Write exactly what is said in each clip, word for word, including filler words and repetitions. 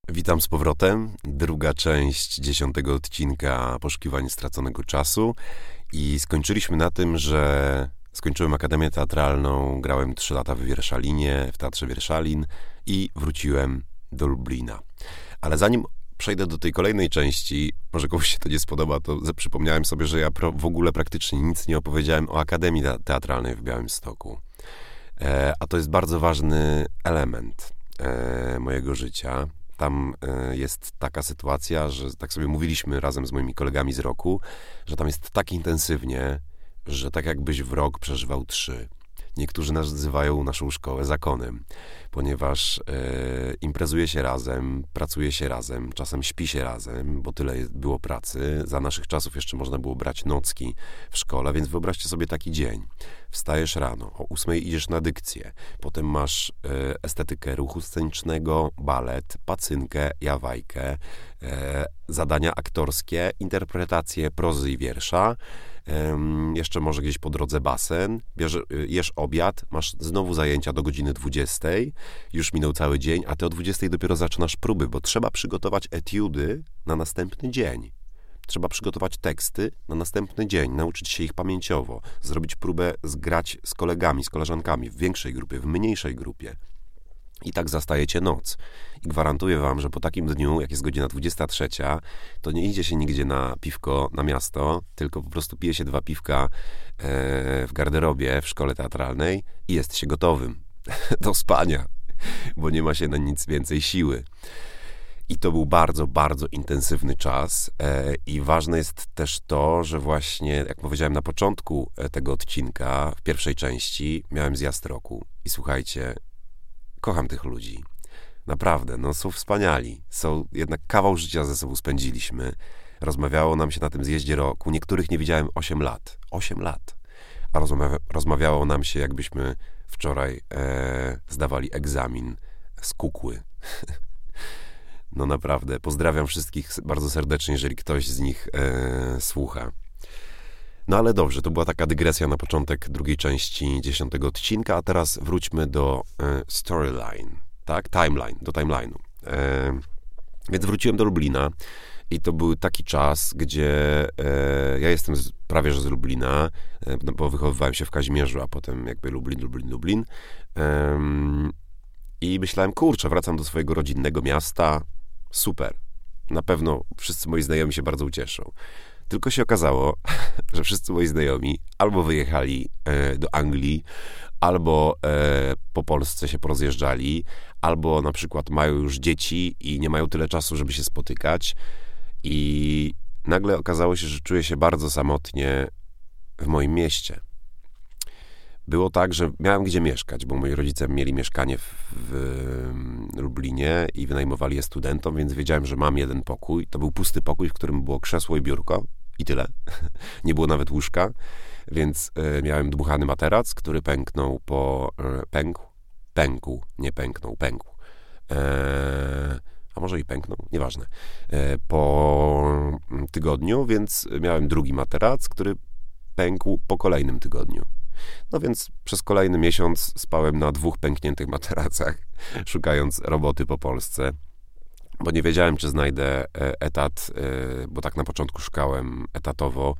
Witam z powrotem. Druga część dziesiątego odcinka Poszukiwań straconego czasu. I skończyliśmy na tym, że skończyłem Akademię Teatralną, grałem trzy lata w Wierszalinie, w Teatrze Wierszalin i wróciłem do Lublina. Ale zanim przejdę do tej kolejnej części, może komuś się to nie spodoba, to przypomniałem sobie, że ja pro, w ogóle praktycznie nic nie opowiedziałem o Akademii Teatralnej w Białymstoku. E, a to jest bardzo ważny element e, mojego życia. Tam jest taka sytuacja, że tak sobie mówiliśmy razem z moimi kolegami z roku, że tam jest tak intensywnie, że tak jakbyś w rok przeżywał trzy. Niektórzy nazywają naszą szkołę zakonem, ponieważ e, imprezuje się razem, pracuje się razem, czasem śpi się razem, bo tyle było pracy. Za naszych czasów jeszcze można było brać nocki w szkole, więc wyobraźcie sobie taki dzień. Wstajesz rano, o ósmej idziesz na dykcję, potem masz e, estetykę ruchu scenicznego, balet, pacynkę, jawajkę, e, zadania aktorskie, interpretację prozy i wiersza, Um, jeszcze może gdzieś po drodze basen, bierze, jesz obiad, masz znowu zajęcia do godziny dwudziestej, już minął cały dzień, a ty o dwudziestej dopiero zaczynasz próby, bo trzeba przygotować etiudy na następny dzień. Trzeba przygotować teksty na następny dzień, nauczyć się ich pamięciowo, zrobić próbę zgrać z kolegami, z koleżankami w większej grupie, w mniejszej grupie. I tak zastajecie noc. I gwarantuję wam, że po takim dniu, jak jest godzina dwudziesta trzecia, to nie idzie się nigdzie na piwko, na miasto, tylko po prostu pije się dwa piwka e, w garderobie w szkole teatralnej i jest się gotowym do spania, bo nie ma się na nic więcej siły. I to był bardzo, bardzo intensywny czas e, i ważne jest też to, że właśnie, jak powiedziałem na początku tego odcinka, w pierwszej części, miałem zjazd roku. I słuchajcie, kocham tych ludzi. Naprawdę, no są wspaniali. Są jednak kawał życia ze sobą spędziliśmy. Rozmawiało nam się na tym zjeździe roku. Niektórych nie widziałem osiem lat. osiem lat. A rozmawia, rozmawiało nam się, jakbyśmy wczoraj e, zdawali egzamin z kukły. No naprawdę, pozdrawiam wszystkich bardzo serdecznie, jeżeli ktoś z nich e, słucha. No ale dobrze, to była taka dygresja na początek drugiej części dziesiątego odcinka, a teraz wróćmy do e, storyline, tak? Timeline, do timeline'u. E, więc wróciłem do Lublina i to był taki czas, gdzie e, ja jestem z, prawie że z Lublina, e, bo wychowywałem się w Kazimierzu, a potem jakby Lublin, Lublin, Lublin. E, I myślałem, kurczę, wracam do swojego rodzinnego miasta, super. Na pewno wszyscy moi znajomi się bardzo ucieszą. Tylko się okazało, że wszyscy moi znajomi albo wyjechali e, do Anglii, albo e, po Polsce się porozjeżdżali, albo na przykład mają już dzieci i nie mają tyle czasu, żeby się spotykać. I nagle okazało się, że czuję się bardzo samotnie w moim mieście. Było tak, że miałem gdzie mieszkać, bo moi rodzice mieli mieszkanie w, w Lublinie i wynajmowali je studentom, więc wiedziałem, że mam jeden pokój. To był pusty pokój, w którym było krzesło i biurko i tyle. Nie było nawet łóżka, więc y, miałem dmuchany materac, który pęknął po... Y, pękł? Pękł, nie pęknął, pękł. E, a może i pęknął, nieważne. E, po tygodniu, więc miałem drugi materac, który pękł po kolejnym tygodniu. No więc przez kolejny miesiąc spałem na dwóch pękniętych materacach, szukając roboty po Polsce, bo nie wiedziałem, czy znajdę etat, bo tak na początku szukałem etatowo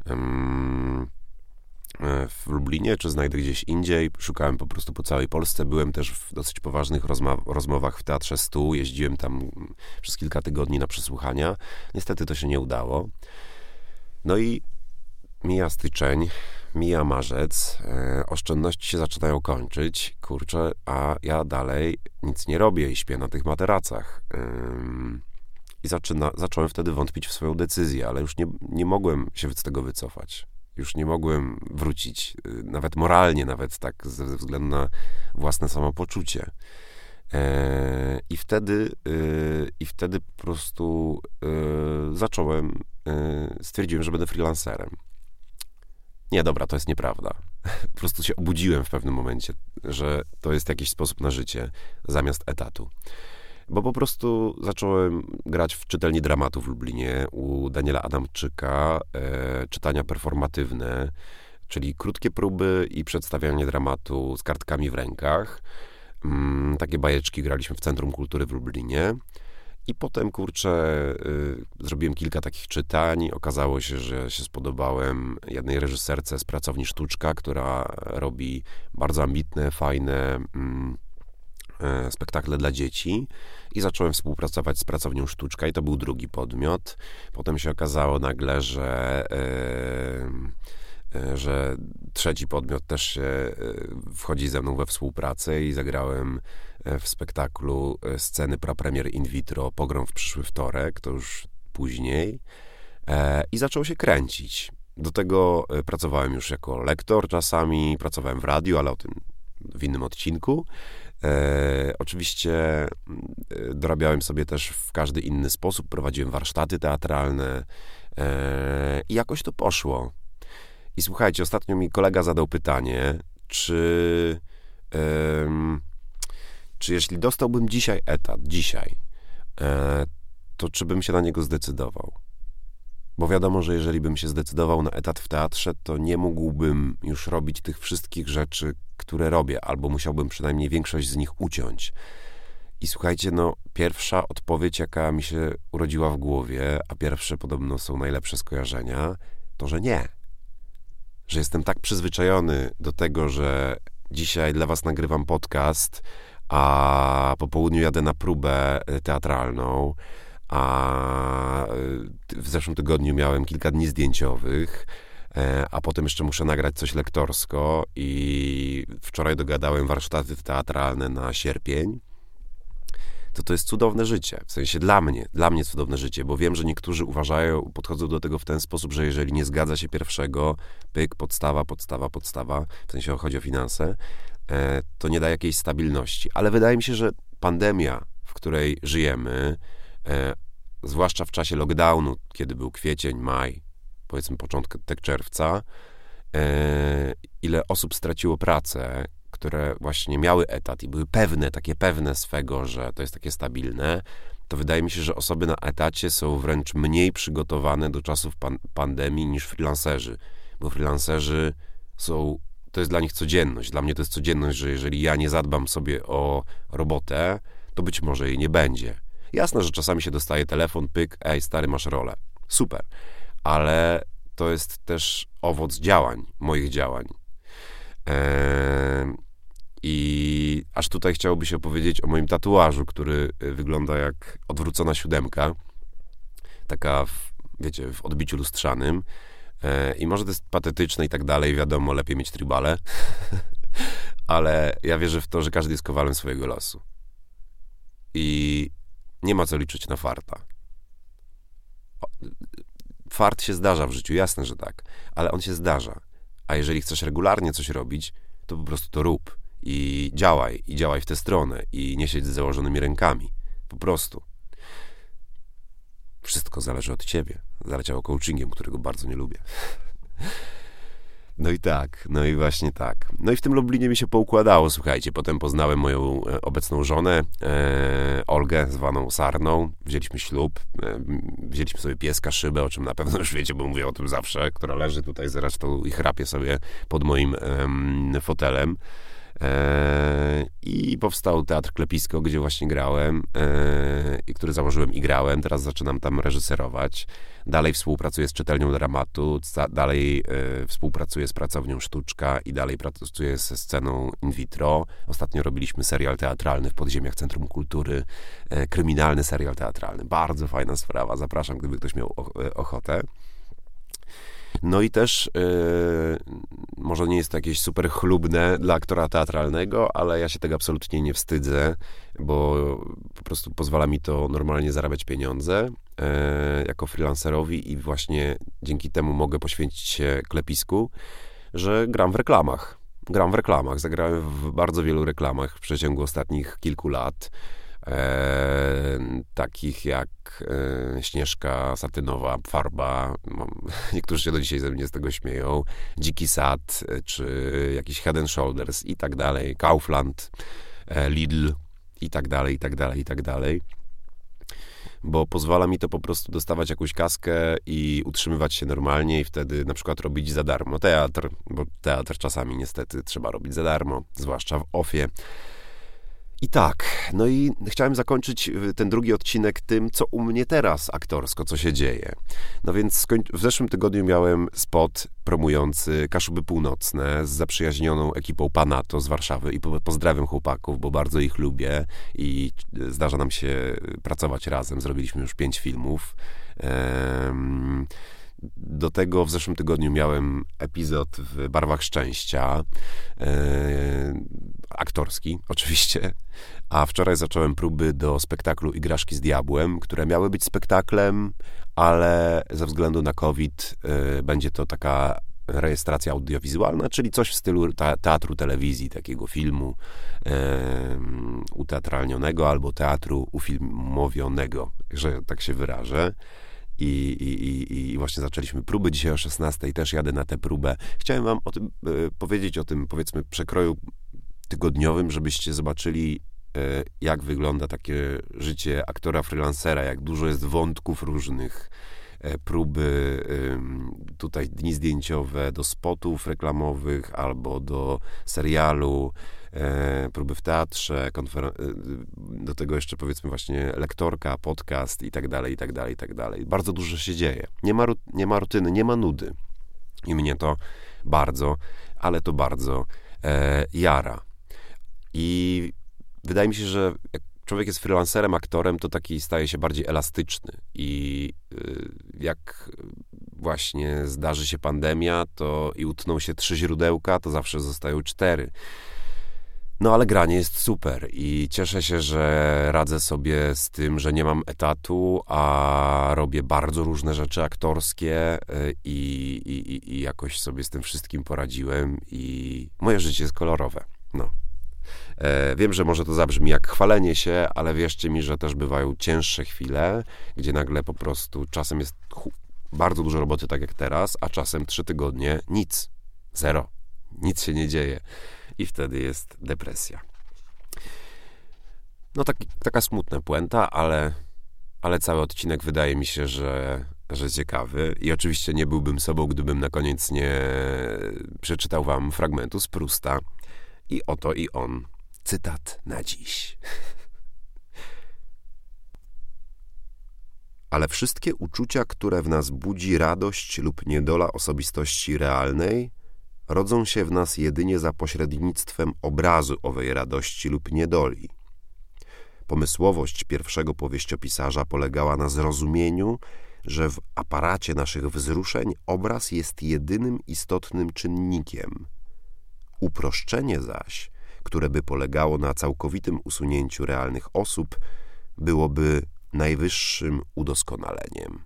w Lublinie, czy znajdę gdzieś indziej. Szukałem po prostu po całej Polsce. Byłem też w dosyć poważnych rozma- rozmowach w Teatrze Stu. Jeździłem tam przez kilka tygodni na przesłuchania. Niestety to się nie udało. No i mija styczeń, mija marzec, e, oszczędności się zaczynają kończyć, kurczę, a ja dalej nic nie robię i śpię na tych materacach. Ym, I zaczyna, zacząłem wtedy wątpić w swoją decyzję, ale już nie, nie mogłem się z tego wycofać. Już nie mogłem wrócić, y, nawet moralnie, nawet tak ze względu na własne samopoczucie. E, I wtedy, y, i wtedy po prostu y, zacząłem, y, stwierdziłem, że będę freelancerem. Nie, dobra, to jest nieprawda. Po prostu się obudziłem w pewnym momencie, że to jest jakiś sposób na życie zamiast etatu. Bo po prostu zacząłem grać w czytelni dramatu w Lublinie u Daniela Adamczyka, e, czytania performatywne, czyli krótkie próby i przedstawianie dramatu z kartkami w rękach. Mm, takie bajeczki graliśmy w Centrum Kultury w Lublinie. I potem, kurczę, y, zrobiłem kilka takich czytań. Okazało się, że się spodobałem jednej reżyserce z Pracowni Sztuczka, która robi bardzo ambitne, fajne mm, y, spektakle dla dzieci. I zacząłem współpracować z Pracownią Sztuczka i to był drugi podmiot. Potem się okazało nagle, że... Y, y, że trzeci podmiot też się y, wchodzi ze mną we współpracę i zagrałem w spektaklu sceny prapremier in vitro Pogrom w przyszły wtorek, to już później, e, i zaczął się kręcić. Do tego pracowałem już jako lektor czasami, pracowałem w radiu, ale o tym w innym odcinku. E, oczywiście dorabiałem sobie też w każdy inny sposób, prowadziłem warsztaty teatralne e, i jakoś to poszło. I słuchajcie, ostatnio mi kolega zadał pytanie, czy... E, Czy jeśli dostałbym dzisiaj etat, dzisiaj, e, to czy bym się na niego zdecydował? Bo wiadomo, że jeżeli bym się zdecydował na etat w teatrze, to nie mógłbym już robić tych wszystkich rzeczy, które robię, albo musiałbym przynajmniej większość z nich uciąć. I słuchajcie, no, pierwsza odpowiedź, jaka mi się urodziła w głowie, a pierwsze podobno są najlepsze skojarzenia, to, że nie. Że jestem tak przyzwyczajony do tego, że dzisiaj dla was nagrywam podcast, a po południu jadę na próbę teatralną, a w zeszłym tygodniu miałem kilka dni zdjęciowych, a potem jeszcze muszę nagrać coś lektorsko i wczoraj dogadałem warsztaty teatralne na sierpień, to to jest cudowne życie. W sensie dla mnie, dla mnie cudowne życie, bo wiem, że niektórzy uważają, podchodzą do tego w ten sposób, że jeżeli nie zgadza się pierwszego, pyk, podstawa, podstawa, podstawa, w sensie chodzi o finanse, to nie da jakiejś stabilności. Ale wydaje mi się, że pandemia, w której żyjemy, e, zwłaszcza w czasie lockdownu, kiedy był kwiecień, maj, powiedzmy początek czerwca, e, ile osób straciło pracę, które właśnie miały etat i były pewne, takie pewne swego, że to jest takie stabilne, to wydaje mi się, że osoby na etacie są wręcz mniej przygotowane do czasów pan- pandemii niż freelancerzy, bo freelancerzy są to jest dla nich codzienność. Dla mnie to jest codzienność, że jeżeli ja nie zadbam sobie o robotę, to być może jej nie będzie. Jasne, że czasami się dostaje telefon, pyk, ej, stary, masz rolę. Super. Ale to jest też owoc działań, moich działań. Eee, I aż tutaj chciałoby się opowiedzieć o moim tatuażu, który wygląda jak odwrócona siódemka. Taka, w, wiecie, w odbiciu lustrzanym. I może to jest patetyczne i tak dalej, wiadomo, lepiej mieć tribale, ale ja wierzę w to, że każdy jest kowalem swojego losu. I nie ma co liczyć na farta. Fart się zdarza w życiu, jasne, że tak, ale on się zdarza. A jeżeli chcesz regularnie coś robić, to po prostu to rób. I działaj, i działaj w tę stronę. I nie siedź z założonymi rękami. Po prostu. Wszystko zależy od ciebie. Zaleciało coachingiem, którego bardzo nie lubię. No i tak, no i właśnie tak. No i w tym Lublinie mi się poukładało, słuchajcie. Potem poznałem moją obecną żonę, e, Olgę, zwaną Sarną. Wzięliśmy ślub, e, wzięliśmy sobie pieska, Szybę, o czym na pewno już wiecie, bo mówię o tym zawsze, która leży tutaj zresztą i chrapie sobie pod moim e, fotelem. E, I powstał Teatr Klepisko, gdzie właśnie grałem e, i który założyłem i grałem. Teraz zaczynam tam reżyserować. Dalej współpracuję z Czytelnią Dramatu, ca- dalej e, współpracuję z Pracownią Sztuczka i dalej pracuję ze sceną in vitro. Ostatnio robiliśmy serial teatralny w podziemiach Centrum Kultury, e, kryminalny serial teatralny. Bardzo fajna sprawa. Zapraszam, gdyby ktoś miał o- ochotę. No i też yy, może nie jest to jakieś super chlubne dla aktora teatralnego, ale ja się tego absolutnie nie wstydzę, bo po prostu pozwala mi to normalnie zarabiać pieniądze yy, jako freelancerowi i właśnie dzięki temu mogę poświęcić się klepisku, że gram w reklamach. Gram w reklamach. Zagrałem w bardzo wielu reklamach w przeciągu ostatnich kilku lat. E, takich jak e, Śnieżka Satynowa, Farba, no, niektórzy się do dzisiaj ze mnie z tego śmieją, Dziki Sad, czy jakiś Head and Shoulders i tak dalej, Kaufland, e, Lidl i tak dalej, i tak dalej, i tak dalej. Bo pozwala mi to po prostu dostawać jakąś kaskę i utrzymywać się normalnie i wtedy na przykład robić za darmo teatr, bo teatr czasami niestety trzeba robić za darmo, zwłaszcza w ofie. I tak, no i chciałem zakończyć ten drugi odcinek tym, co u mnie teraz aktorsko, co się dzieje. No więc w zeszłym tygodniu miałem spot promujący Kaszuby Północne z zaprzyjaźnioną ekipą Panato z Warszawy i pozdrawiam chłopaków, bo bardzo ich lubię i zdarza nam się pracować razem. Zrobiliśmy już pięć filmów. Um, Do tego w zeszłym tygodniu miałem epizod w Barwach Szczęścia, e, aktorski oczywiście, a wczoraj zacząłem próby do spektaklu Igraszki z Diabłem, które miały być spektaklem, ale ze względu na COVID e, będzie to taka rejestracja audiowizualna, czyli coś w stylu te- teatru, telewizji, takiego filmu e, uteatralnionego albo teatru ufilmowionego, że tak się wyrażę. I, i, i, I właśnie zaczęliśmy próby. Dzisiaj o szesnastej też jadę na tę próbę. Chciałem wam o tym e, powiedzieć, o tym, powiedzmy, przekroju tygodniowym, żebyście zobaczyli, e, jak wygląda takie życie aktora freelancera, jak dużo jest wątków różnych, e, próby, e, tutaj dni zdjęciowe do spotów reklamowych albo do serialu, e, próby w teatrze, konfer- do tego jeszcze powiedzmy właśnie lektorka, podcast i tak dalej, i tak dalej, i tak dalej. Bardzo dużo się dzieje. Nie ma, nie ma rutyny, nie ma nudy. I mnie to bardzo, ale to bardzo e, jara. I wydaje mi się, że jak człowiek jest freelancerem, aktorem, to taki staje się bardziej elastyczny. I y, jak właśnie zdarzy się pandemia, to i utną się trzy źródełka, to zawsze zostają cztery. No ale granie jest super i cieszę się, że radzę sobie z tym, że nie mam etatu, a robię bardzo różne rzeczy aktorskie i, i, i jakoś sobie z tym wszystkim poradziłem i moje życie jest kolorowe. No. E, wiem, że może to zabrzmi jak chwalenie się, ale wierzcie mi, że też bywają cięższe chwile, gdzie nagle po prostu czasem jest hu- bardzo dużo roboty, tak jak teraz, a czasem trzy tygodnie nic, zero, nic się nie dzieje. I wtedy jest depresja. No tak, taka smutna puenta, ale, ale cały odcinek wydaje mi się, że, że ciekawy. I oczywiście nie byłbym sobą, gdybym na koniec nie przeczytał wam fragmentu z Prusta. I oto i on. Cytat na dziś. Ale wszystkie uczucia, które w nas budzi radość lub niedola osobistości realnej, rodzą się w nas jedynie za pośrednictwem obrazu owej radości lub niedoli. Pomysłowość pierwszego powieściopisarza polegała na zrozumieniu, że w aparacie naszych wzruszeń obraz jest jedynym istotnym czynnikiem. Uproszczenie zaś, które by polegało na całkowitym usunięciu realnych osób, byłoby najwyższym udoskonaleniem.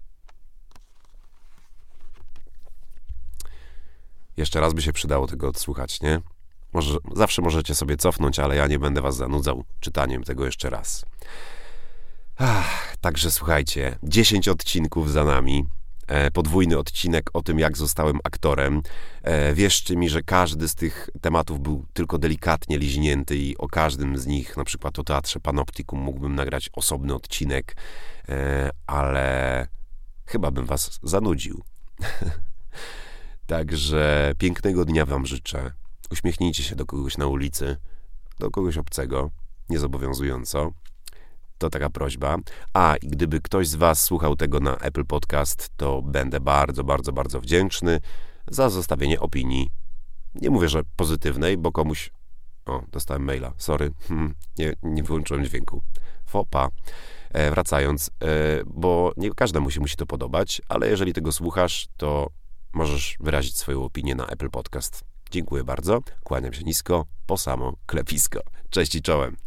Jeszcze raz by się przydało tego odsłuchać, nie? Może, zawsze możecie sobie cofnąć, ale ja nie będę was zanudzał czytaniem tego jeszcze raz. Ach, także słuchajcie, dziesięć odcinków za nami. E, podwójny odcinek o tym, jak zostałem aktorem. E, wierzcie mi, że każdy z tych tematów był tylko delikatnie liźnięty i o każdym z nich, na przykład o Teatrze Panoptikum, mógłbym nagrać osobny odcinek, e, ale chyba bym was zanudził. Także pięknego dnia wam życzę. Uśmiechnijcie się do kogoś na ulicy, do kogoś obcego, niezobowiązująco. To taka prośba. A, i gdyby ktoś z was słuchał tego na Apple Podcast, to będę bardzo, bardzo, bardzo wdzięczny za zostawienie opinii. Nie mówię, że pozytywnej, bo komuś... O, dostałem maila, sorry, nie, nie wyłączyłem dźwięku. Fopa. E, wracając, e, bo nie każdemu się musi to podobać, ale jeżeli tego słuchasz, to możesz wyrazić swoją opinię na Apple Podcast. Dziękuję bardzo, kłaniam się nisko, po samo klepisko. Cześć i czołem.